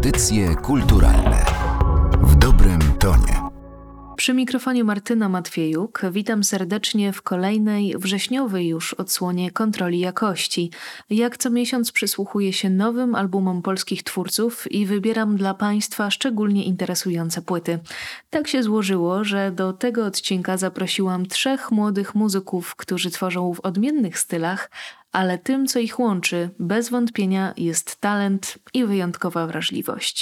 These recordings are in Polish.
Audycje kulturalne w dobrym tonie. Przy mikrofonie Martyna Matwiejuk. Witam serdecznie w kolejnej, wrześniowej już odsłonie Kontroli Jakości. Jak co miesiąc przysłuchuję się nowym albumom polskich twórców i wybieram dla Państwa szczególnie interesujące płyty. Tak się złożyło, że do tego odcinka zaprosiłam 3 młodych muzyków, którzy tworzą w odmiennych stylach, ale tym, co ich łączy, bez wątpienia jest talent i wyjątkowa wrażliwość.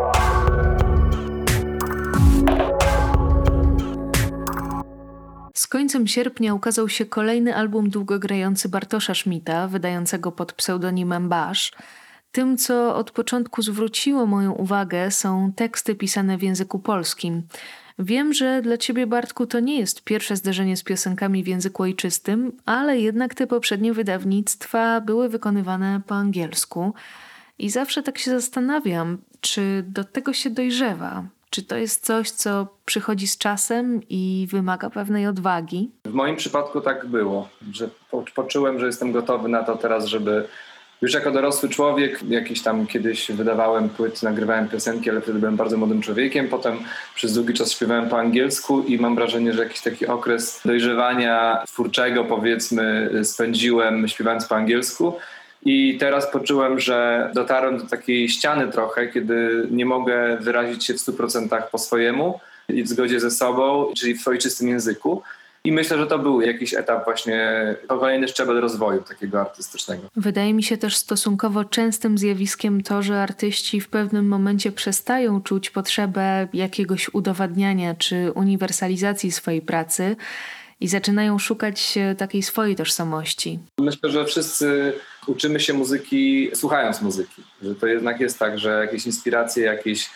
Z końcem sierpnia ukazał się kolejny album długogrający Bartosza Szmita, wydającego pod pseudonimem Basz. Tym, co od początku zwróciło moją uwagę, są teksty pisane w języku polskim. Wiem, że dla Ciebie, Bartku, to nie jest pierwsze zderzenie z piosenkami w języku ojczystym, ale jednak te poprzednie wydawnictwa były wykonywane po angielsku. I zawsze tak się zastanawiam, czy do tego się dojrzewa. Czy to jest coś, co przychodzi z czasem i wymaga pewnej odwagi? W moim przypadku tak było, że poczułem, że jestem gotowy na to teraz, żeby już jako dorosły człowiek, jakiś tam kiedyś wydawałem płyty, nagrywałem piosenki, ale wtedy byłem bardzo młodym człowiekiem. Potem przez długi czas śpiewałem po angielsku i mam wrażenie, że jakiś taki okres dojrzewania twórczego, powiedzmy, spędziłem śpiewając po angielsku. I teraz poczułem, że dotarłem do takiej ściany trochę, kiedy nie mogę wyrazić się w 100% po swojemu i w zgodzie ze sobą, czyli w ojczystym języku. I myślę, że to był jakiś etap właśnie, kolejny szczebel rozwoju takiego artystycznego. Wydaje mi się też stosunkowo częstym zjawiskiem to, że artyści w pewnym momencie przestają czuć potrzebę jakiegoś udowadniania czy uniwersalizacji swojej pracy i zaczynają szukać takiej swojej tożsamości. Myślę, że wszyscy uczymy się muzyki słuchając muzyki. Że to jednak jest tak, że jakieś inspiracje, jakiś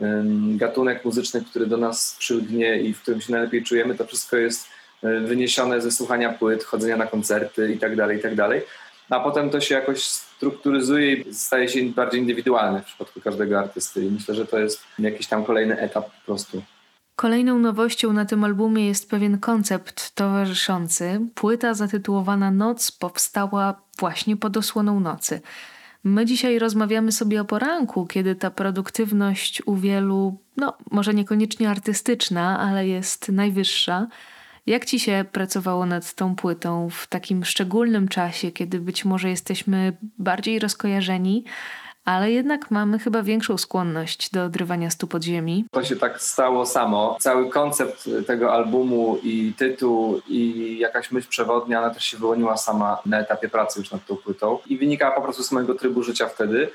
gatunek muzyczny, który do nas przylgnie i w którym się najlepiej czujemy, to wszystko jest wyniesione ze słuchania płyt, chodzenia na koncerty i tak dalej. A potem to się jakoś strukturyzuje i staje się bardziej indywidualne w przypadku każdego artysty. I myślę, że to jest jakiś tam kolejny etap po prostu. Kolejną nowością na tym albumie jest pewien koncept towarzyszący. Płyta zatytułowana Noc powstała właśnie pod osłoną nocy. My dzisiaj rozmawiamy sobie o poranku, kiedy ta produktywność u wielu, może niekoniecznie artystyczna, ale jest najwyższa. Jak Ci się pracowało nad tą płytą w takim szczególnym czasie, kiedy być może jesteśmy bardziej rozkojarzeni, ale jednak mamy chyba większą skłonność do odrywania stóp od ziemi? To się tak stało samo. Cały koncept tego albumu i tytuł i jakaś myśl przewodnia, ona też się wyłoniła sama na etapie pracy już nad tą płytą i wynikała po prostu z mojego trybu życia wtedy.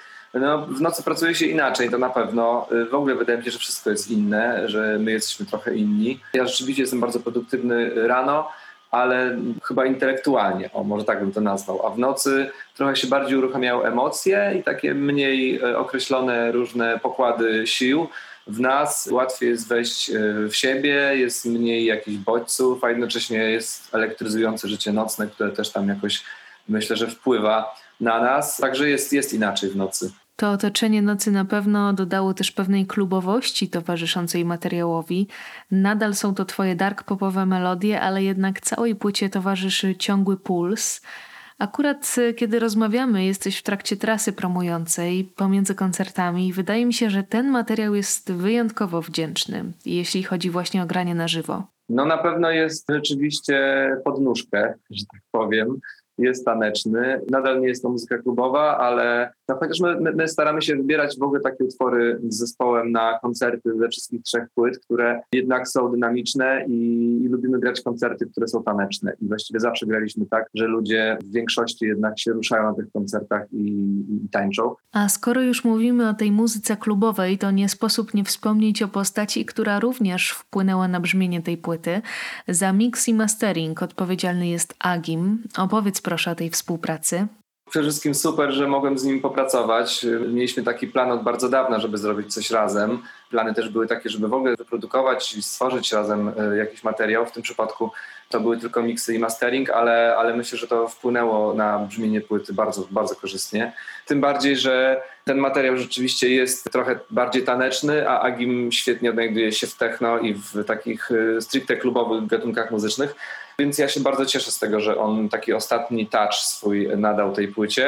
W nocy pracuje się inaczej, to na pewno. W ogóle wydaje mi się, że wszystko jest inne, że my jesteśmy trochę inni. Ja rzeczywiście jestem bardzo produktywny rano, ale chyba intelektualnie, może tak bym to nazwał. A w nocy trochę się bardziej uruchamiają emocje i takie mniej określone różne pokłady sił w nas. Łatwiej jest wejść w siebie, jest mniej jakichś bodźców, a jednocześnie jest elektryzujące życie nocne, które też tam jakoś, myślę, że wpływa na nas. Także jest inaczej w nocy. To otoczenie nocy na pewno dodało też pewnej klubowości towarzyszącej materiałowi. Nadal są to Twoje dark popowe melodie, ale jednak całej płycie towarzyszy ciągły puls. Akurat kiedy rozmawiamy, jesteś w trakcie trasy promującej pomiędzy koncertami i wydaje mi się, że ten materiał jest wyjątkowo wdzięczny, jeśli chodzi właśnie o granie na żywo. Na pewno jest rzeczywiście podnóżkę, że tak powiem. Jest taneczny. Nadal nie jest to muzyka klubowa, ale chociaż my staramy się wybierać w ogóle takie utwory z zespołem na koncerty ze wszystkich 3 płyt, które jednak są dynamiczne i lubimy grać koncerty, które są taneczne. I właściwie zawsze graliśmy tak, że ludzie w większości jednak się ruszają na tych koncertach i tańczą. A skoro już mówimy o tej muzyce klubowej, to nie sposób nie wspomnieć o postaci, która również wpłynęła na brzmienie tej płyty. Za mix i mastering odpowiedzialny jest Agim. Opowiedz proszę o tej współpracy. Przede wszystkim super, że mogłem z nim popracować. Mieliśmy taki plan od bardzo dawna, żeby zrobić coś razem. Plany też były takie, żeby w ogóle wyprodukować i stworzyć razem jakiś materiał. W tym przypadku to były tylko miksy i mastering, ale myślę, że to wpłynęło na brzmienie płyty bardzo, bardzo korzystnie. Tym bardziej, że ten materiał rzeczywiście jest trochę bardziej taneczny, a Agim świetnie odnajduje się w techno i w takich stricte klubowych gatunkach muzycznych. Więc ja się bardzo cieszę z tego, że on taki ostatni touch swój nadał tej płycie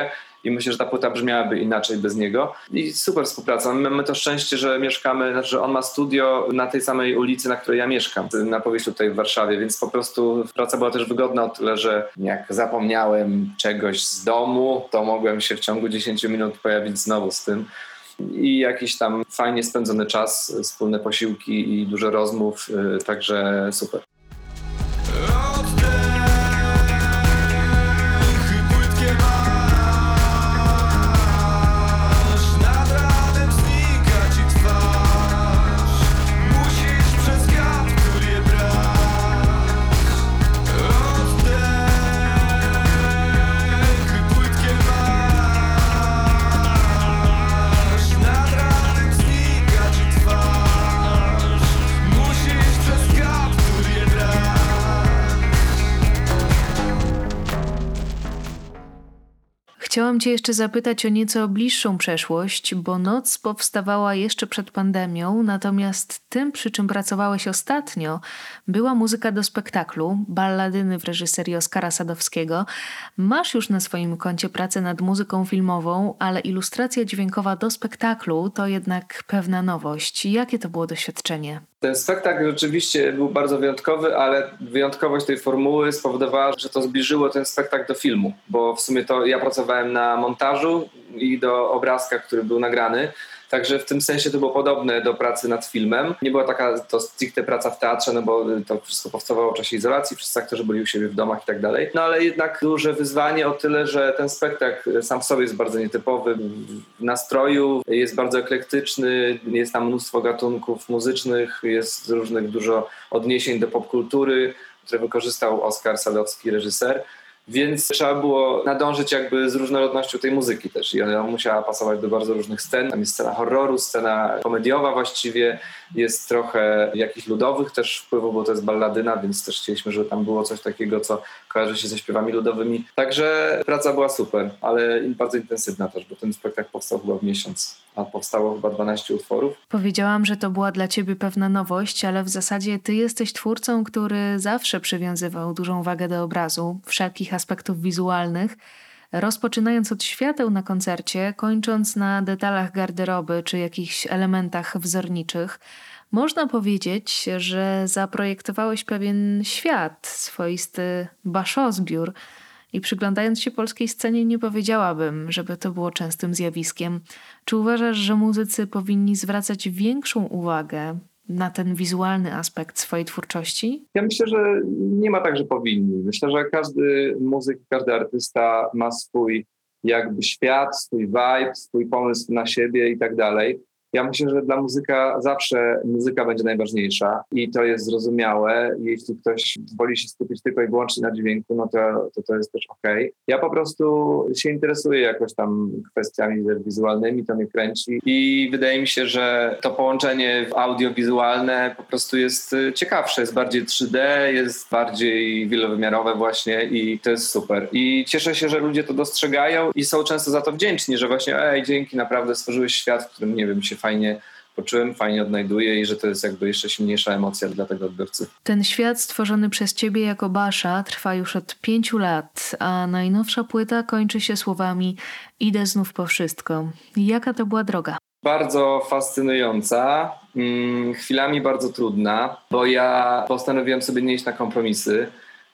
i myślę, że ta płyta brzmiałaby inaczej bez niego. I super współpraca. My mamy to szczęście, że że on ma studio na tej samej ulicy, na której ja mieszkam, na Powiślu tutaj w Warszawie, więc po prostu praca była też wygodna o tyle, że jak zapomniałem czegoś z domu, to mogłem się w ciągu 10 minut pojawić znowu z tym. I jakiś tam fajnie spędzony czas, wspólne posiłki i dużo rozmów, także super. Chciałam Cię jeszcze zapytać o nieco bliższą przeszłość, bo Noc powstawała jeszcze przed pandemią, natomiast tym, przy czym pracowałeś ostatnio, była muzyka do spektaklu, balladyny w reżyserii Oskara Sadowskiego. Masz już na swoim koncie pracę nad muzyką filmową, ale ilustracja dźwiękowa do spektaklu to jednak pewna nowość. Jakie to było doświadczenie? Ten spektakl rzeczywiście był bardzo wyjątkowy, ale wyjątkowość tej formuły spowodowała, że to zbliżyło ten spektakl do filmu, bo w sumie to ja pracowałem na montażu i do obrazka, który był nagrany, także w tym sensie to było podobne do pracy nad filmem. Nie była taka to stricte praca w teatrze, no bo to wszystko powstawało w czasie izolacji, wszyscy aktorzy byli u siebie w domach i tak dalej. No ale jednak duże wyzwanie o tyle, że ten spektakl sam w sobie jest bardzo nietypowy w nastroju, jest bardzo eklektyczny, jest tam mnóstwo gatunków muzycznych, jest różnych dużo odniesień do popkultury, które wykorzystał Oskar Sadowski, reżyser. Więc trzeba było nadążyć jakby z różnorodnością tej muzyki też i ona musiała pasować do bardzo różnych scen. Tam jest scena horroru, scena komediowa właściwie, jest trochę jakichś ludowych też wpływów, bo to jest balladyna, więc też chcieliśmy, żeby tam było coś takiego, co kojarzy się ze śpiewami ludowymi. Także praca była super, ale bardzo intensywna też, bo ten spektakl powstał chyba w miesiąc, a powstało chyba 12 utworów. Powiedziałam, że to była dla ciebie pewna nowość, ale w zasadzie ty jesteś twórcą, który zawsze przywiązywał dużą wagę do obrazu, wszelkich aspektów wizualnych, rozpoczynając od świateł na koncercie, kończąc na detalach garderoby czy jakichś elementach wzorniczych. Można powiedzieć, że zaprojektowałeś pewien świat, swoisty baszozbiór i przyglądając się polskiej scenie nie powiedziałabym, żeby to było częstym zjawiskiem. Czy uważasz, że muzycy powinni zwracać większą uwagę na ten wizualny aspekt swojej twórczości? Ja myślę, że nie ma tak, że powinni. Myślę, że każdy muzyk, każdy artysta ma swój jakby świat, swój vibe, swój pomysł na siebie i tak dalej. Ja myślę, że dla muzyka zawsze muzyka będzie najważniejsza i to jest zrozumiałe. Jeśli ktoś woli się skupić tylko i wyłącznie na dźwięku, no to jest też okej. Ja po prostu się interesuję jakoś tam kwestiami wizualnymi, to mnie kręci i wydaje mi się, że to połączenie audiowizualne po prostu jest ciekawsze, jest bardziej 3D, jest bardziej wielowymiarowe właśnie i to jest super. I cieszę się, że ludzie to dostrzegają i są często za to wdzięczni, że właśnie dzięki, naprawdę stworzyłeś świat, w którym nie wiem, się fajnie poczułem, fajnie odnajduję i że to jest jakby jeszcze silniejsza emocja dla tego odbiorcy. Ten świat stworzony przez ciebie jako Basza trwa już od 5 lat, a najnowsza płyta kończy się słowami „Idę znów po wszystko”. Jaka to była droga? Bardzo fascynująca, chwilami bardzo trudna, bo ja postanowiłem sobie nie iść na kompromisy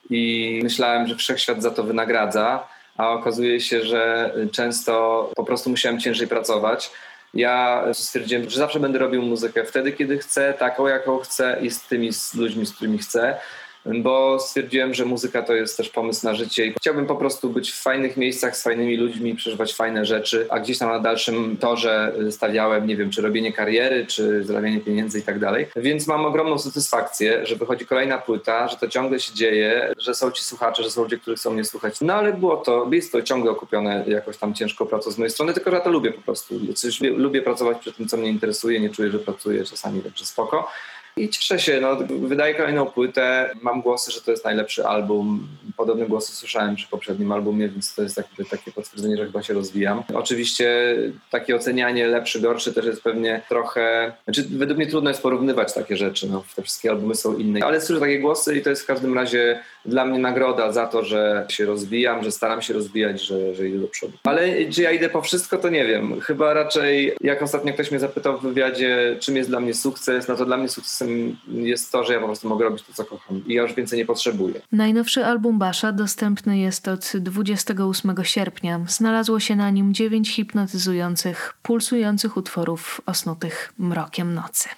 i myślałem, że wszechświat za to wynagradza, a okazuje się, że często po prostu musiałem ciężej pracować. Ja stwierdziłem, że zawsze będę robił muzykę wtedy, kiedy chcę, taką jaką chcę i z tymi ludźmi, z którymi chcę, bo stwierdziłem, że muzyka to jest też pomysł na życie i chciałbym po prostu być w fajnych miejscach z fajnymi ludźmi, przeżywać fajne rzeczy, a gdzieś tam na dalszym torze stawiałem, nie wiem, czy robienie kariery, czy zarabianie pieniędzy i tak dalej. Więc mam ogromną satysfakcję, że wychodzi kolejna płyta, że to ciągle się dzieje, że są ci słuchacze, że są ludzie, którzy chcą mnie słuchać. No ale jest to ciągle okupione jakoś tam ciężką pracą z mojej strony, tylko że ja to lubię po prostu. Lubię pracować przy tym, co mnie interesuje, nie czuję, że pracuję czasami, także spoko. I cieszę się, wydaję kolejną płytę, mam głosy, że to jest najlepszy album. Podobne głosy słyszałem przy poprzednim albumie, więc to jest takie potwierdzenie, że chyba się rozwijam. Oczywiście takie ocenianie lepszy, gorszy też jest pewnie trochę... według mnie trudno jest porównywać takie rzeczy, te wszystkie albumy są inne. Ale słyszę takie głosy i to jest w każdym razie dla mnie nagroda za to, że się rozwijam, że staram się rozwijać, że idę do przodu. Ale czy ja idę po wszystko, to nie wiem. Chyba raczej, jak ostatnio ktoś mnie zapytał w wywiadzie, czym jest dla mnie sukces, to dla mnie sukcesem jest to, że ja po prostu mogę robić to, co kocham. I ja już więcej nie potrzebuję. Najnowszy album Basha dostępny jest od 28 sierpnia. Znalazło się na nim 9 hipnotyzujących, pulsujących utworów osnutych mrokiem nocy.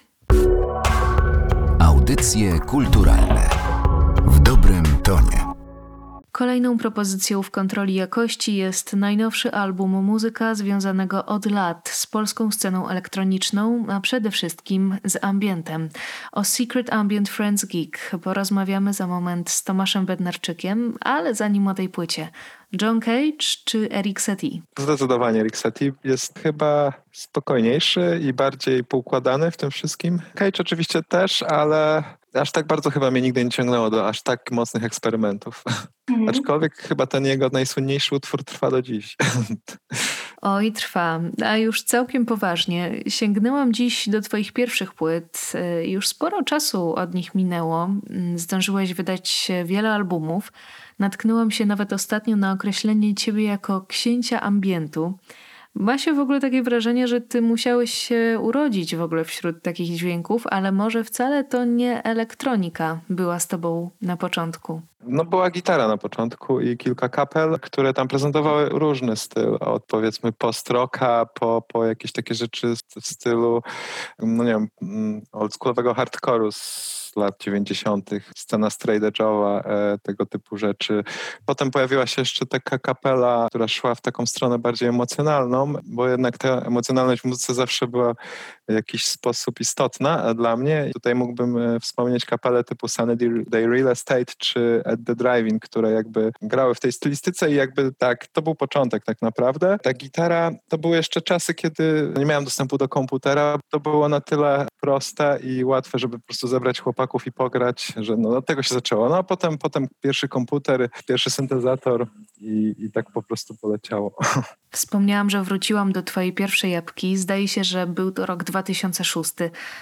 Audycje kulturalne w dobrym tonie. Kolejną propozycją w kontroli jakości jest najnowszy album muzyka związanego od lat z polską sceną elektroniczną, a przede wszystkim z ambientem. O Secret Ambient Friends Geek porozmawiamy za moment z Tomaszem Bednarczykiem, ale zanim o tej płycie. John Cage czy Eric Satie? Zdecydowanie Eric Satie jest chyba spokojniejszy i bardziej poukładany w tym wszystkim. Cage oczywiście też, ale aż tak bardzo chyba mnie nigdy nie ciągnęło do aż tak mocnych eksperymentów. Aczkolwiek chyba ten jego najsłynniejszy utwór trwa do dziś. Oj, trwa. A już całkiem poważnie. Sięgnęłam dziś do twoich pierwszych płyt. Już sporo czasu od nich minęło. Zdążyłeś wydać wiele albumów. Natknęłam się nawet ostatnio na określenie ciebie jako księcia ambientu. Ma się w ogóle takie wrażenie, że ty musiałeś się urodzić w ogóle wśród takich dźwięków, ale może wcale to nie elektronika była z tobą na początku. Była gitara na początku i kilka kapel, które tam prezentowały różny styl, od powiedzmy post-rocka po jakieś takie rzeczy w stylu, oldschoolowego hardcore'u z lat 90., scena straight edge'owa, tego typu rzeczy. Potem pojawiła się jeszcze taka kapela, która szła w taką stronę bardziej emocjonalną, bo jednak ta emocjonalność w muzyce zawsze była w jakiś sposób istotna dla mnie. Tutaj mógłbym wspomnieć kapelę typu Sunny Day Real Estate czy At The Drive-In, które jakby grały w tej stylistyce i jakby tak, to był początek tak naprawdę. Ta gitara, to były jeszcze czasy, kiedy nie miałem dostępu do komputera. To było na tyle proste i łatwe, żeby po prostu zebrać chłopaków i pograć, że od tego się zaczęło. A potem pierwszy komputer, pierwszy syntezator i tak po prostu poleciało. Wspomniałam, że wróciłam do twojej pierwszej epki. Zdaje się, że był to rok 2006.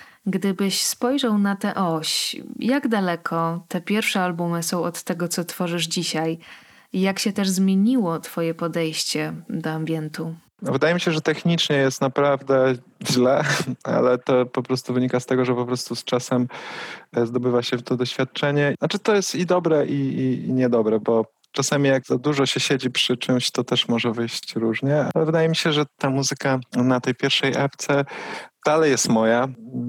Gdybyś spojrzał na tę oś, jak daleko te pierwsze albumy są od tego, co tworzysz dzisiaj? I jak się też zmieniło twoje podejście do ambientu? Wydaje mi się, że technicznie jest naprawdę źle, ale to po prostu wynika z tego, że po prostu z czasem zdobywa się to doświadczenie. Znaczy to jest i dobre, i niedobre, bo czasami jak za dużo się siedzi przy czymś, to też może wyjść różnie. Ale wydaje mi się, że ta muzyka na tej pierwszej epce dalej jest moja.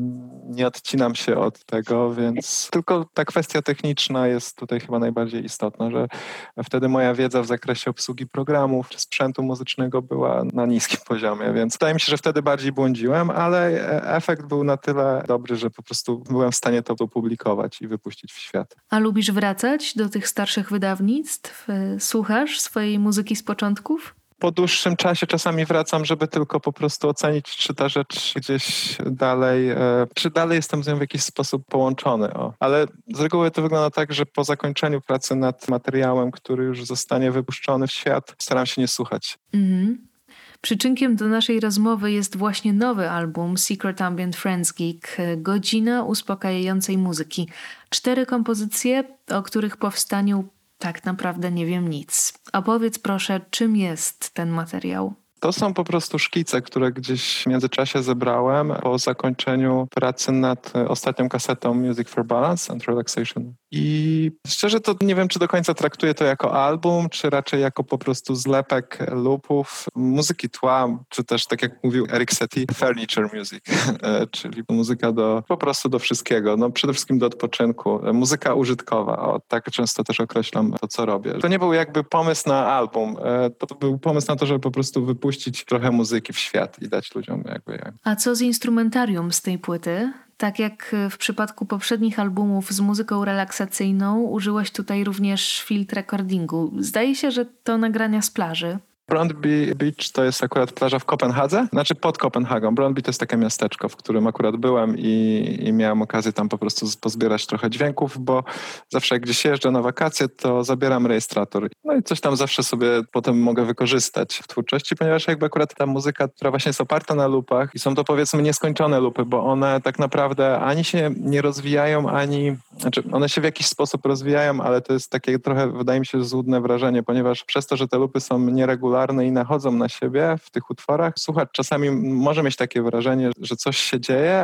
Nie odcinam się od tego, więc tylko ta kwestia techniczna jest tutaj chyba najbardziej istotna, że wtedy moja wiedza w zakresie obsługi programów czy sprzętu muzycznego była na niskim poziomie, więc wydaje mi się, że wtedy bardziej błądziłem, ale efekt był na tyle dobry, że po prostu byłem w stanie to opublikować i wypuścić w świat. A lubisz wracać do tych starszych wydawnictw? Słuchasz swojej muzyki z początków? Po dłuższym czasie czasami wracam, żeby tylko po prostu ocenić, czy ta rzecz gdzieś dalej, czy dalej jestem z nią w jakiś sposób połączony. Ale z reguły to wygląda tak, że po zakończeniu pracy nad materiałem, który już zostanie wypuszczony w świat, staram się nie słuchać. Przyczynkiem do naszej rozmowy jest właśnie nowy album Secret Ambient Friends Geek, godzina uspokajającej muzyki. 4 kompozycje, o których powstaniu tak naprawdę nie wiem nic. Opowiedz proszę, czym jest ten materiał? To są po prostu szkice, które gdzieś w międzyczasie zebrałem po zakończeniu pracy nad ostatnią kasetą Music for Balance and Relaxation. I szczerze to nie wiem, czy do końca traktuję to jako album, czy raczej jako po prostu zlepek loopów, muzyki tła, czy też tak jak mówił Eric Satie, furniture music, czyli muzyka po prostu do wszystkiego. Przede wszystkim do odpoczynku. Muzyka użytkowa. Tak często też określam to, co robię. To nie był jakby pomysł na album. To był pomysł na to, żeby po prostu wypuścić trochę muzyki w świat i dać ludziom jakby. A co z instrumentarium z tej płyty? Tak jak w przypadku poprzednich albumów z muzyką relaksacyjną, użyłeś tutaj również field recordingu. Zdaje się, że to nagrania z plaży. Brøndby Beach to jest akurat plaża w Kopenhadze, znaczy pod Kopenhagą. Brøndby to jest takie miasteczko, w którym akurat byłem i miałem okazję tam po prostu pozbierać trochę dźwięków, bo zawsze jak gdzieś jeżdżę na wakacje, to zabieram rejestrator. No i coś tam zawsze sobie potem mogę wykorzystać w twórczości, ponieważ jakby akurat ta muzyka, która właśnie jest oparta na loopach i są to powiedzmy nieskończone loopy, bo one tak naprawdę ani się nie rozwijają, znaczy one się w jakiś sposób rozwijają, ale to jest takie trochę, wydaje mi się, złudne wrażenie, ponieważ przez to, że te loopy są nieregularne i nachodzą na siebie w tych utworach, słuchacz czasami może mieć takie wrażenie, że coś się dzieje,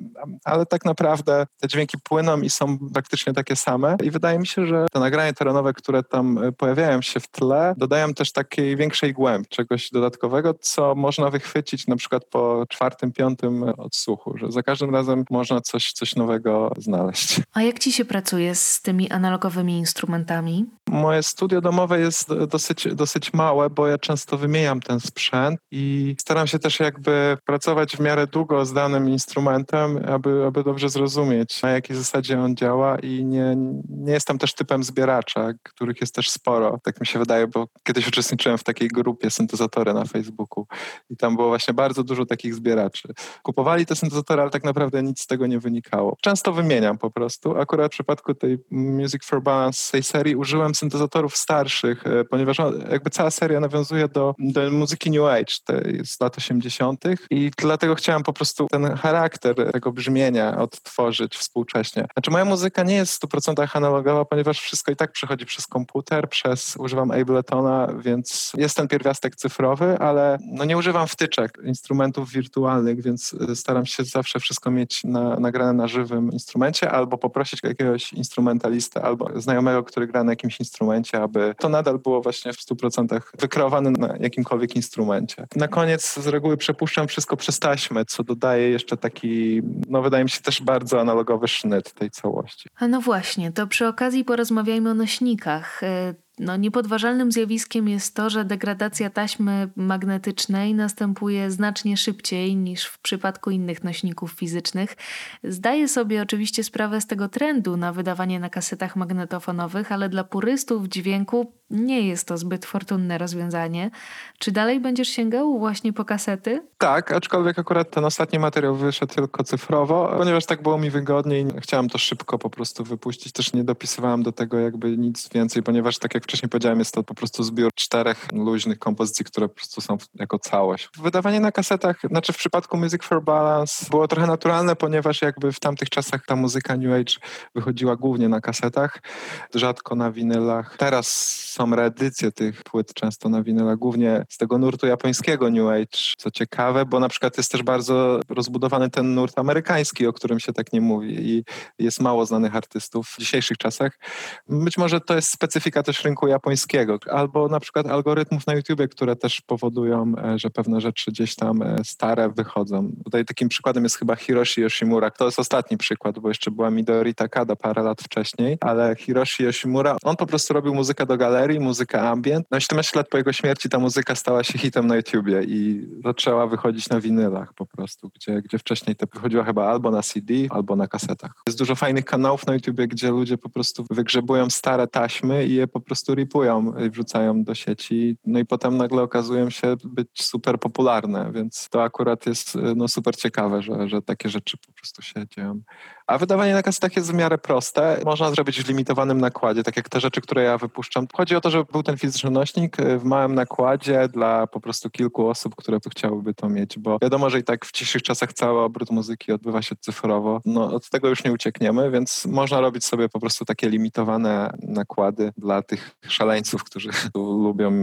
ale tak naprawdę te dźwięki płyną i są praktycznie takie same i wydaje mi się, że te nagrania terenowe, które tam pojawiają się w tle, dodają też takiej większej głębi, czegoś dodatkowego, co można wychwycić na przykład po 4., 5. odsłuchu, że za każdym razem można coś nowego znaleźć. A jak ci się pracuje z tymi analogowymi instrumentami? Moje studio domowe jest dosyć małe, bo ja często wymieniam ten sprzęt i staram się też jakby pracować w miarę długo z danym instrumentem, aby dobrze zrozumieć, na jakiej zasadzie on działa i nie jestem też typem zbieracza, których jest też sporo. Tak mi się wydaje, bo kiedyś uczestniczyłem w takiej grupie Syntezatory na Facebooku i tam było właśnie bardzo dużo takich zbieraczy. Kupowali te syntezatory, ale tak naprawdę nic z tego nie wynikało. Często wymieniam po prostu. Akurat w przypadku tej Music for Balance, tej serii użyłem syntezatorów starszych, ponieważ jakby cała seria nawiązuje do muzyki New Age z lat 80. i dlatego chciałem po prostu ten charakter tego brzmienia odtworzyć współcześnie. Znaczy moja muzyka nie jest w 100% analogowa, ponieważ wszystko i tak przechodzi przez komputer, używam Abletona, więc jest ten pierwiastek cyfrowy, ale no nie używam wtyczek, instrumentów wirtualnych, więc staram się zawsze wszystko mieć nagrane na żywym instrumencie albo poprosić jakiegoś instrumentalistę albo znajomego, który gra na jakimś instrumencie, aby to nadal było właśnie w 100% wykreowane na jakimkolwiek instrumencie. Na koniec z reguły przepuszczam wszystko przez taśmę, co dodaje jeszcze taki, no wydaje mi się też bardzo analogowy sznyt tej całości. A no właśnie, to przy okazji porozmawiajmy o nośnikach. No, niepodważalnym zjawiskiem jest to, że degradacja taśmy magnetycznej następuje znacznie szybciej niż w przypadku innych nośników fizycznych. Zdaję sobie oczywiście sprawę z tego trendu na wydawanie na kasetach magnetofonowych, ale dla purystów dźwięku nie jest to zbyt fortunne rozwiązanie. Czy dalej będziesz sięgał właśnie po kasety? Tak, aczkolwiek akurat ten ostatni materiał wyszedł tylko cyfrowo, ponieważ tak było mi wygodniej. Chciałem to szybko po prostu wypuścić. Też nie dopisywałem do tego jakby nic więcej, ponieważ tak jak wcześniej powiedziałem, jest to po prostu zbiór 4 luźnych kompozycji, które po prostu są jako całość. Wydawanie na kasetach, znaczy w przypadku Music for Balance było trochę naturalne, ponieważ jakby w tamtych czasach ta muzyka New Age wychodziła głównie na kasetach, rzadko na winylach. Teraz są reedycje tych płyt często na winylach, głównie z tego nurtu japońskiego New Age, co ciekawe, bo na przykład jest też bardzo rozbudowany ten nurt amerykański, o którym się tak nie mówi i jest mało znanych artystów w dzisiejszych czasach. Być może to jest specyfika też rynku japońskiego, albo na przykład algorytmów na YouTubie, które też powodują, że pewne rzeczy gdzieś tam stare wychodzą. Tutaj takim przykładem jest chyba Hiroshi Yoshimura. To jest ostatni przykład, bo jeszcze była Midori Takada parę lat wcześniej, ale Hiroshi Yoshimura, on po prostu robił muzykę do galerii, muzykę ambient. No i 17 lat po jego śmierci ta muzyka stała się hitem na YouTubie i zaczęła wychodzić na winylach po prostu, gdzie wcześniej to wychodziła chyba albo na CD, albo na kasetach. Jest dużo fajnych kanałów na YouTubie, gdzie ludzie po prostu wygrzebują stare taśmy i je po prostu ripują i wrzucają do sieci. No i potem nagle okazują się być super popularne, więc to akurat jest no, super ciekawe, że takie rzeczy po prostu się dzieją. A wydawanie na kasetach jest w miarę proste. Można zrobić w limitowanym nakładzie, tak jak te rzeczy, które ja wypuszczam. Chodzi o to, żeby był ten fizyczny nośnik w małym nakładzie dla po prostu kilku osób, które chciałyby to mieć, bo wiadomo, że i tak w dzisiejszych czasach cały obrót muzyki odbywa się cyfrowo. No od tego już nie uciekniemy, więc można robić sobie po prostu takie limitowane nakłady dla tych szaleńców, którzy lubią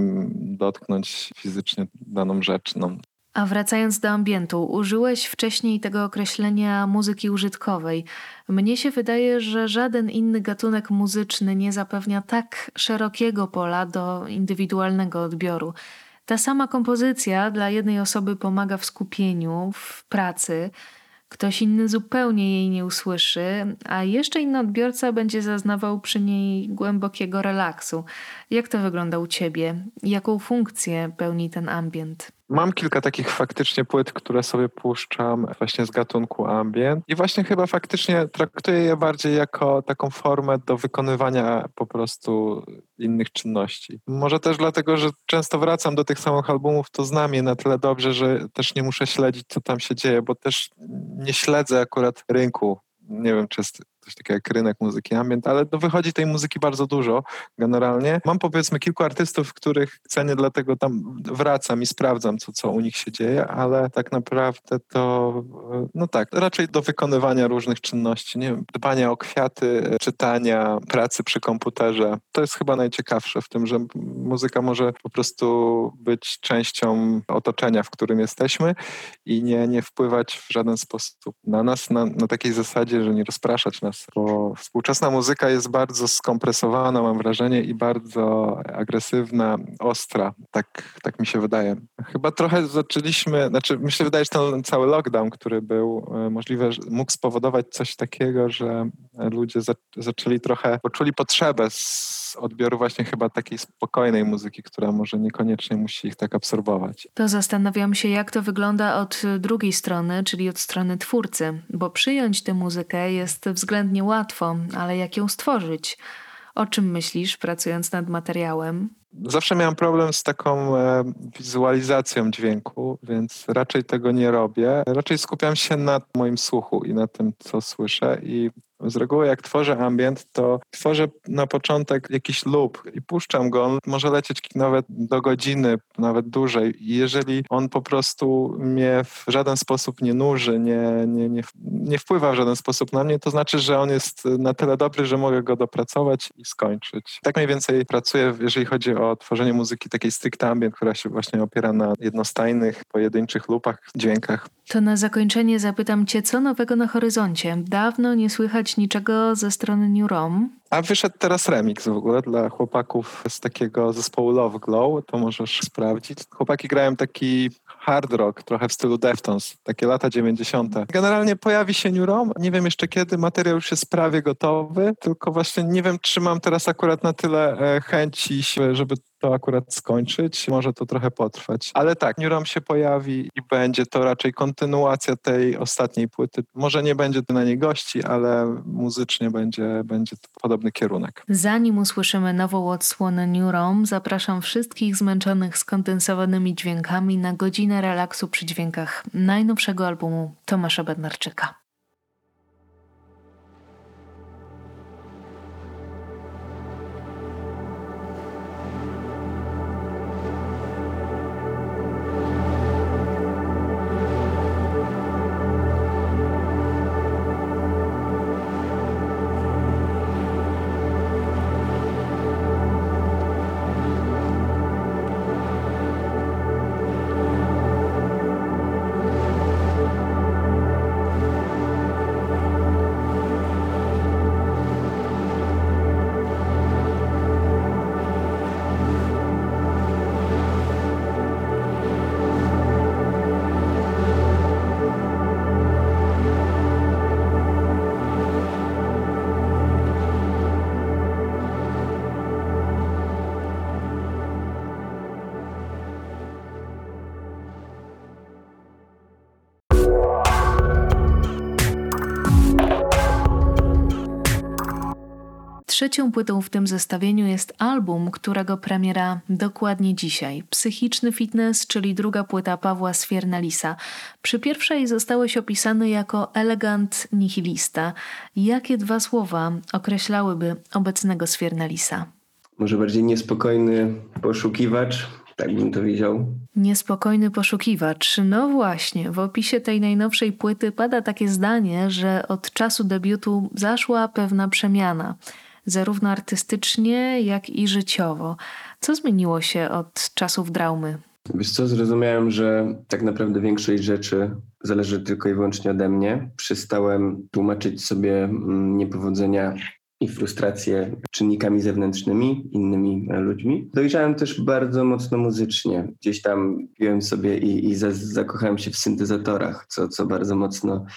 dotknąć fizycznie daną rzecz. No. A wracając do ambientu, użyłeś wcześniej tego określenia muzyki użytkowej. Mnie się wydaje, że żaden inny gatunek muzyczny nie zapewnia tak szerokiego pola do indywidualnego odbioru. Ta sama kompozycja dla jednej osoby pomaga w skupieniu, w pracy. Ktoś inny zupełnie jej nie usłyszy, a jeszcze inny odbiorca będzie zaznawał przy niej głębokiego relaksu. Jak to wygląda u ciebie? Jaką funkcję pełni ten ambient? Mam kilka takich faktycznie płyt, które sobie puszczam właśnie z gatunku ambient i właśnie chyba faktycznie traktuję je bardziej jako taką formę do wykonywania po prostu innych czynności. Może też dlatego, że często wracam do tych samych albumów, to znam je na tyle dobrze, że też nie muszę śledzić, co tam się dzieje, bo też nie śledzę akurat rynku. Nie wiem, czy jest coś takiego jak rynek muzyki ambient, ale wychodzi tej muzyki bardzo dużo generalnie. Mam powiedzmy kilku artystów, których cenię, dlatego tam wracam i sprawdzam, co u nich się dzieje, ale tak naprawdę to, no tak, raczej do wykonywania różnych czynności, nie wiem, dbania o kwiaty, czytania, pracy przy komputerze. To jest chyba najciekawsze w tym, że muzyka może po prostu być częścią otoczenia, w którym jesteśmy i nie wpływać w żaden sposób na nas, na takiej zasadzie, że nie rozpraszać nas, bo współczesna muzyka jest bardzo skompresowana, mam wrażenie, i bardzo agresywna, ostra. Tak mi się wydaje. Chyba trochę zaczęliśmy, mi się wydaje, że ten cały lockdown, który był możliwy, mógł spowodować coś takiego, że ludzie zaczęli trochę, poczuli potrzebę z odbioru właśnie chyba takiej spokojnej muzyki, która może niekoniecznie musi ich tak absorbować. To zastanawiam się, jak to wygląda od drugiej strony, czyli od strony twórcy, bo przyjąć tę muzykę jest względnie łatwo, ale jak ją stworzyć? O czym myślisz, pracując nad materiałem? Zawsze miałem problem z taką wizualizacją dźwięku, więc raczej tego nie robię. Raczej skupiam się na moim słuchu i na tym, co słyszę, i z reguły jak tworzę ambient, to tworzę na początek jakiś loop i puszczam go. On może lecieć nawet do godziny, nawet dłużej. I jeżeli on po prostu mnie w żaden sposób nie nuży, nie wpływa w żaden sposób na mnie, to znaczy, że on jest na tyle dobry, że mogę go dopracować i skończyć. Tak mniej więcej pracuję, jeżeli chodzi o tworzenie muzyki takiej stricte ambient, która się właśnie opiera na jednostajnych, pojedynczych loopach, dźwiękach. To na zakończenie zapytam Cię, co nowego na horyzoncie? Dawno nie słychać niczego ze strony New Rom. A wyszedł teraz remix w ogóle dla chłopaków z takiego zespołu Love Glow, to możesz sprawdzić. Chłopaki grają taki hard rock, trochę w stylu Deftones, takie lata 90. Generalnie pojawi się New Rom, nie wiem jeszcze kiedy, materiał już jest prawie gotowy, tylko właśnie nie wiem, czy mam teraz akurat na tyle chęci, żeby to akurat skończyć. Może to trochę potrwać. Ale tak, New Rom się pojawi i będzie to raczej kontynuacja tej ostatniej płyty. Może nie będzie na niej gości, ale muzycznie będzie to podobny kierunek. Zanim usłyszymy nową odsłonę New Rom, zapraszam wszystkich zmęczonych skondensowanymi dźwiękami na godzinę relaksu przy dźwiękach najnowszego albumu Tomasza Bednarczyka. Trzecią płytą w tym zestawieniu jest album, którego premiera dokładnie dzisiaj. Psychiczny Fitness, czyli druga płyta Pawła Swiernalisa. Przy pierwszej zostałeś opisany jako elegant nihilista. Jakie dwa słowa określałyby obecnego Swiernalisa? Może bardziej niespokojny poszukiwacz, tak bym to widział. Niespokojny poszukiwacz. No właśnie, w opisie tej najnowszej płyty pada takie zdanie, że od czasu debiutu zaszła pewna przemiana. Zarówno artystycznie, jak i życiowo. Co zmieniło się od czasów Draumy? Wiesz co, zrozumiałem, że tak naprawdę większość rzeczy zależy tylko i wyłącznie ode mnie. Przestałem tłumaczyć sobie niepowodzenia i frustracje czynnikami zewnętrznymi, innymi ludźmi. Dojrzałem też bardzo mocno muzycznie. Gdzieś tam piłem sobie i zakochałem się w syntezatorach, co bardzo mocno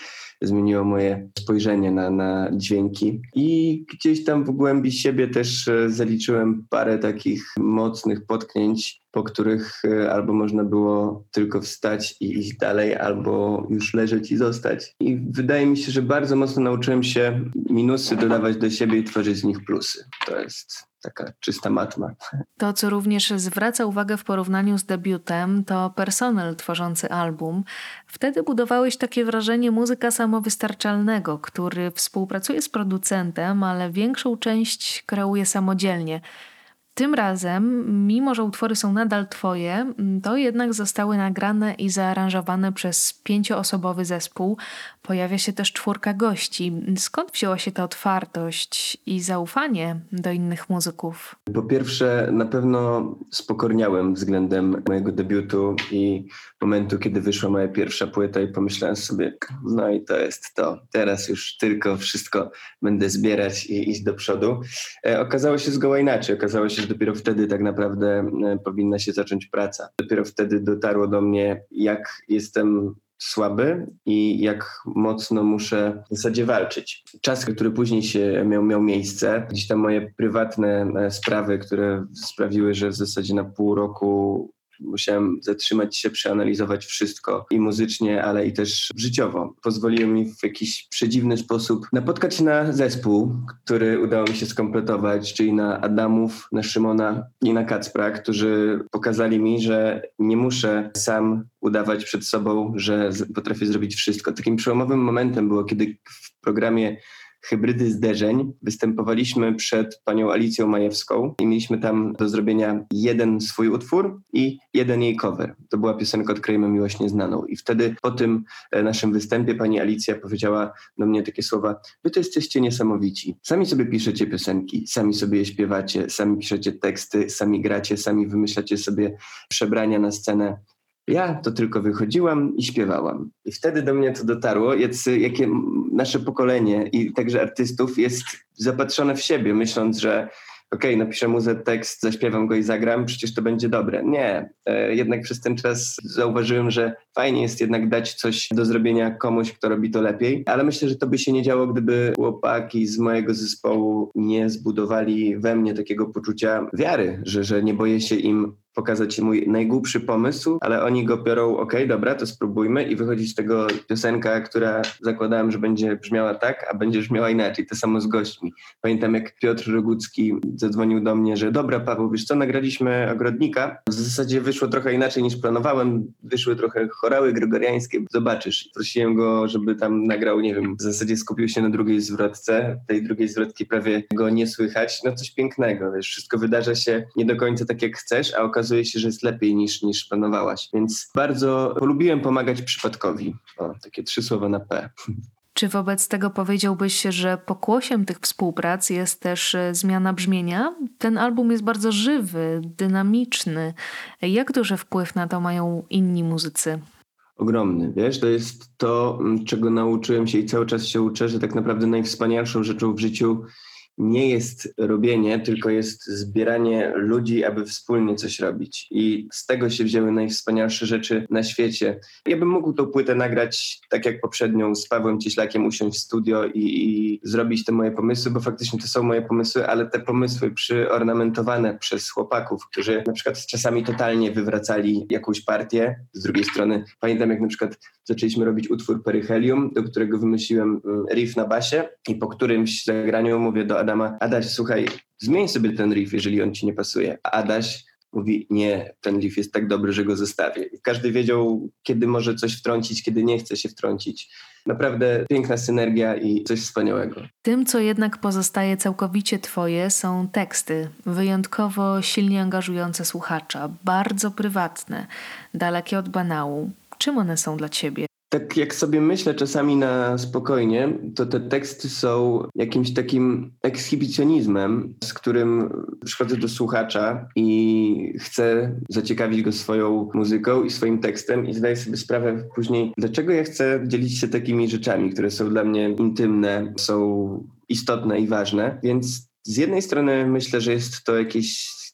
zmieniło moje spojrzenie na dźwięki. I gdzieś tam w głębi siebie też zaliczyłem parę takich mocnych potknięć, po których albo można było tylko wstać i iść dalej, albo już leżeć i zostać. I wydaje mi się, że bardzo mocno nauczyłem się minusy dodawać do siebie i tworzyć z nich plusy. To jest taka czysta matma. To, co również zwraca uwagę w porównaniu z debiutem, to personel tworzący album. Wtedy budowałeś takie wrażenie muzyka samowystarczalnego, który współpracuje z producentem, ale większą część kreuje samodzielnie. Tym razem, mimo że utwory są nadal twoje, to jednak zostały nagrane i zaaranżowane przez 5-osobowy zespół. Pojawia się też 4 gości. Skąd wzięła się ta otwartość i zaufanie do innych muzyków? Po pierwsze, na pewno spokorniałem względem mojego debiutu i momentu, kiedy wyszła moja pierwsza płyta i pomyślałem sobie, no i to jest to. Teraz już tylko wszystko będę zbierać i iść do przodu. Okazało się zgoła inaczej. Okazało się, że dopiero wtedy tak naprawdę powinna się zacząć praca. Dopiero wtedy dotarło do mnie, jak jestem słaby i jak mocno muszę w zasadzie walczyć. Czas, który później się miał miejsce, gdzieś tam moje prywatne sprawy, które sprawiły, że w zasadzie na pół roku musiałem zatrzymać się, przeanalizować wszystko i muzycznie, ale i też życiowo. Pozwoliło mi w jakiś przedziwny sposób napotkać się na zespół, który udało mi się skompletować, czyli na Adamów, na Szymona i na Kacpra, którzy pokazali mi, że nie muszę sam udawać przed sobą, że potrafię zrobić wszystko. Takim przełomowym momentem było, kiedy w programie Hybrydy Zderzeń występowaliśmy przed panią Alicją Majewską i mieliśmy tam do zrobienia jeden swój utwór i jeden jej cover. To była piosenka Odkryjmy miłość nieznaną. I wtedy po tym naszym występie pani Alicja powiedziała do mnie takie słowa: wy to jesteście niesamowici. Sami sobie piszecie piosenki, sami sobie je śpiewacie, sami piszecie teksty, sami gracie, sami wymyślacie sobie przebrania na scenę. Ja to tylko wychodziłam i śpiewałam. I wtedy do mnie to dotarło, jakie nasze pokolenie i także artystów jest zapatrzone w siebie, myśląc, że napiszę muzę, tekst, zaśpiewam go i zagram, przecież to będzie dobre. Nie. Jednak przez ten czas zauważyłem, że fajnie jest jednak dać coś do zrobienia komuś, kto robi to lepiej, ale myślę, że to by się nie działo, gdyby chłopaki z mojego zespołu nie zbudowali we mnie takiego poczucia wiary, że nie boję się im pokazać mój najgłupszy pomysł, ale oni go biorą, dobra, to spróbujmy i wychodzi z tego piosenka, która zakładałem, że będzie brzmiała tak, a będzie brzmiała inaczej. To samo z gośćmi. Pamiętam, jak Piotr Rogucki zadzwonił do mnie, że dobra, Paweł, wiesz co, nagraliśmy Ogrodnika. W zasadzie wyszło trochę inaczej niż planowałem. Wyszły trochę chorały gregoriańskie. Zobaczysz. Prosiłem go, żeby tam nagrał, nie wiem, w zasadzie skupił się na drugiej zwrotce. Tej drugiej zwrotki prawie go nie słychać. No coś pięknego, wiesz, wszystko wydarza się nie do końca tak, jak chcesz, a okazuje się, że jest lepiej niż planowałaś. Więc bardzo polubiłem pomagać przypadkowi. Takie 3 słowa na P. Czy wobec tego powiedziałbyś, że pokłosiem tych współprac jest też zmiana brzmienia? Ten album jest bardzo żywy, dynamiczny. Jak duży wpływ na to mają inni muzycy? Ogromny, wiesz, to jest to, czego nauczyłem się i cały czas się uczę, że tak naprawdę najwspanialszą rzeczą w życiu nie jest robienie, tylko jest zbieranie ludzi, aby wspólnie coś robić. I z tego się wzięły najwspanialsze rzeczy na świecie. Ja bym mógł tą płytę nagrać tak jak poprzednią z Pawłem Cieślakiem, usiąść w studio i zrobić te moje pomysły, bo faktycznie to są moje pomysły, ale te pomysły przyornamentowane przez chłopaków, którzy na przykład czasami totalnie wywracali jakąś partię. Z drugiej strony pamiętam, jak na przykład zaczęliśmy robić utwór Peryhelium, do którego wymyśliłem riff na basie i po którymś zagraniu mówię do Adama: Adaś, słuchaj, zmień sobie ten riff, jeżeli on ci nie pasuje. A Adaś mówi: nie, ten riff jest tak dobry, że go zostawię. I każdy wiedział, kiedy może coś wtrącić, kiedy nie chce się wtrącić. Naprawdę piękna synergia i coś wspaniałego. Tym, co jednak pozostaje całkowicie twoje, są teksty, wyjątkowo silnie angażujące słuchacza, bardzo prywatne, dalekie od banału. Czym one są dla ciebie? Tak jak sobie myślę czasami na spokojnie, to te teksty są jakimś takim ekshibicjonizmem, z którym przychodzę do słuchacza i chcę zaciekawić go swoją muzyką i swoim tekstem i zdaję sobie sprawę później, dlaczego ja chcę dzielić się takimi rzeczami, które są dla mnie intymne, są istotne i ważne. Więc z jednej strony myślę, że jest to jakieś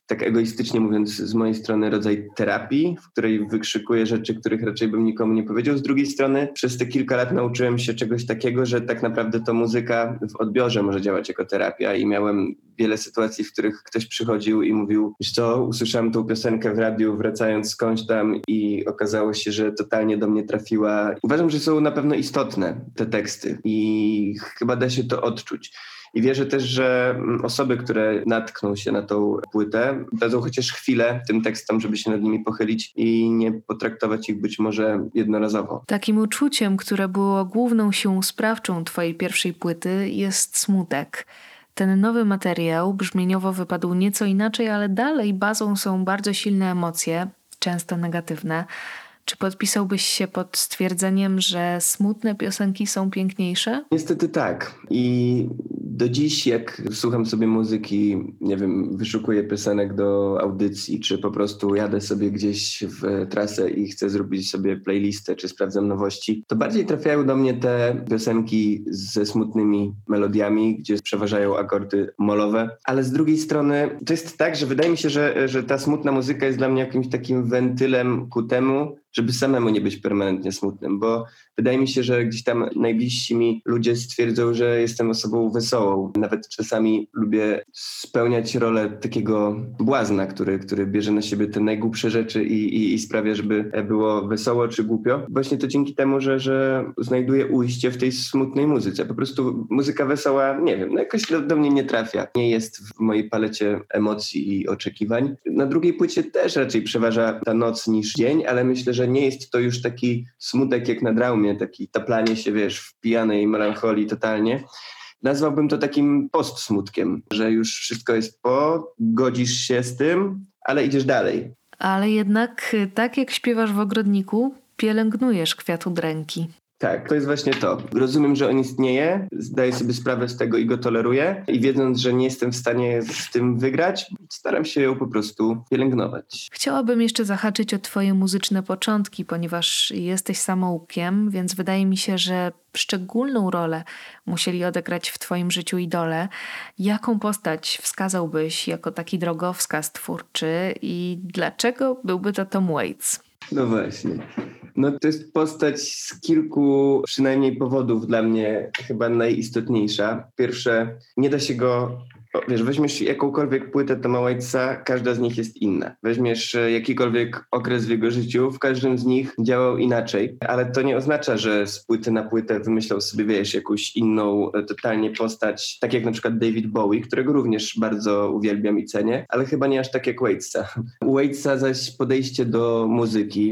tak egoistycznie mówiąc z mojej strony, rodzaj terapii, w której wykrzykuję rzeczy, których raczej bym nikomu nie powiedział. Z drugiej strony przez te kilka lat nauczyłem się czegoś takiego, że tak naprawdę to muzyka w odbiorze może działać jako terapia i miałem wiele sytuacji, w których ktoś przychodził i mówił, wiesz co, usłyszałem tą piosenkę w radiu wracając skądś tam i okazało się, że totalnie do mnie trafiła. Uważam, że są na pewno istotne te teksty i chyba da się to odczuć. I wierzę też, że osoby, które natkną się na tą płytę, dadzą chociaż chwilę tym tekstom, żeby się nad nimi pochylić i nie potraktować ich być może jednorazowo. Takim uczuciem, które było główną siłą sprawczą twojej pierwszej płyty, jest smutek. Ten nowy materiał brzmieniowo wypadł nieco inaczej, ale dalej bazą są bardzo silne emocje, często negatywne. Czy podpisałbyś się pod stwierdzeniem, że smutne piosenki są piękniejsze? Niestety tak. I do dziś, jak słucham sobie muzyki, nie wiem, wyszukuję piosenek do audycji, czy po prostu jadę sobie gdzieś w trasę i chcę zrobić sobie playlistę, czy sprawdzam nowości, to bardziej trafiają do mnie te piosenki ze smutnymi melodiami, gdzie przeważają akordy molowe. Ale z drugiej strony to jest tak, że wydaje mi się, że ta smutna muzyka jest dla mnie jakimś takim wentylem ku temu, żeby samemu nie być permanentnie smutnym, bo wydaje mi się, że gdzieś tam najbliżsi mi ludzie stwierdzą, że jestem osobą wesołą. Nawet czasami lubię spełniać rolę takiego błazna, który bierze na siebie te najgłupsze rzeczy i sprawia, żeby było wesoło czy głupio. Właśnie to dzięki temu, że znajduję ujście w tej smutnej muzyce. Po prostu muzyka wesoła, nie wiem, jakoś do mnie nie trafia. Nie jest w mojej palecie emocji i oczekiwań. Na drugiej płycie też raczej przeważa ta noc niż dzień, ale myślę, że nie jest to już taki smutek jak na Draumie, taki taplanie się, wiesz, w pijanej melancholii totalnie. Nazwałbym to takim postsmutkiem, że już wszystko jest godzisz się z tym, ale idziesz dalej. Ale jednak, tak jak śpiewasz w ogrodniku, pielęgnujesz kwiat udręki. Tak, to jest właśnie to. Rozumiem, że on istnieje, zdaję sobie sprawę z tego i go toleruję i wiedząc, że nie jestem w stanie z tym wygrać, staram się ją po prostu pielęgnować. Chciałabym jeszcze zahaczyć o twoje muzyczne początki, ponieważ jesteś samoukiem, więc wydaje mi się, że szczególną rolę musieli odegrać w twoim życiu idole. Jaką postać wskazałbyś jako taki drogowskaz twórczy i dlaczego byłby to Tom Waits? No właśnie. No to jest postać z kilku przynajmniej powodów dla mnie chyba najistotniejsza. Pierwsze, nie da się go... Wiesz, weźmiesz jakąkolwiek płytę Toma Waitsa, każda z nich jest inna. Weźmiesz jakikolwiek okres w jego życiu, w każdym z nich działał inaczej, ale to nie oznacza, że z płyty na płytę wymyślał sobie, wiesz, jakąś inną totalnie postać, tak jak na przykład David Bowie, którego również bardzo uwielbiam i cenię, ale chyba nie aż tak jak Waitsa. U Waitsa zaś podejście do muzyki,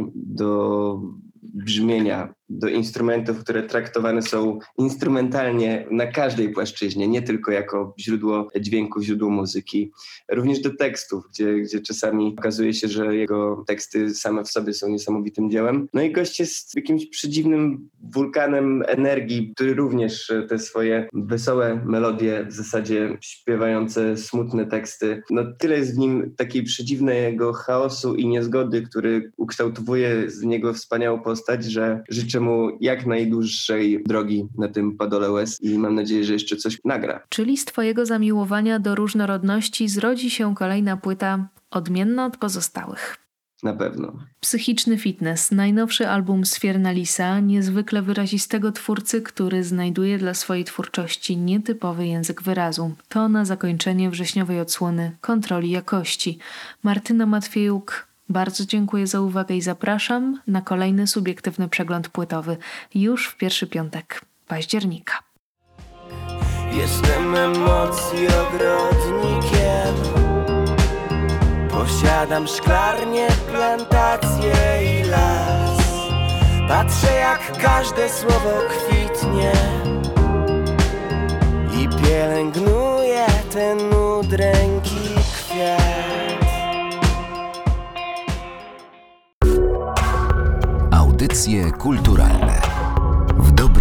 do brzmienia, do instrumentów, które traktowane są instrumentalnie na każdej płaszczyźnie, nie tylko jako źródło dźwięku, źródło muzyki. Również do tekstów, gdzie czasami okazuje się, że jego teksty same w sobie są niesamowitym dziełem. No i gość jest jakimś przedziwnym wulkanem energii, który również te swoje wesołe melodie, w zasadzie śpiewające smutne teksty, no tyle jest w nim takiej przedziwnego chaosu i niezgody, który ukształtowuje z niego wspaniałą postać, że życzę mu jak najdłuższej drogi na tym padole łez i mam nadzieję, że jeszcze coś nagra. Czyli z twojego zamiłowania do różnorodności zrodzi się kolejna płyta odmienna od pozostałych. Na pewno. Psychiczny Fitness, najnowszy album Sfiernalisa, niezwykle wyrazistego twórcy, który znajduje dla swojej twórczości nietypowy język wyrazu. To na zakończenie wrześniowej odsłony Kontroli Jakości. Martyna Matwiejuk, bardzo dziękuję za uwagę i zapraszam na kolejny subiektywny przegląd płytowy już w pierwszy piątek października. Jestem emocji ogrodnikiem, posiadam szklarnię, plantację i las. Patrzę jak każde słowo kwitnie i pielęgnuję ten udręki kwiat. Audycje kulturalne w dobrym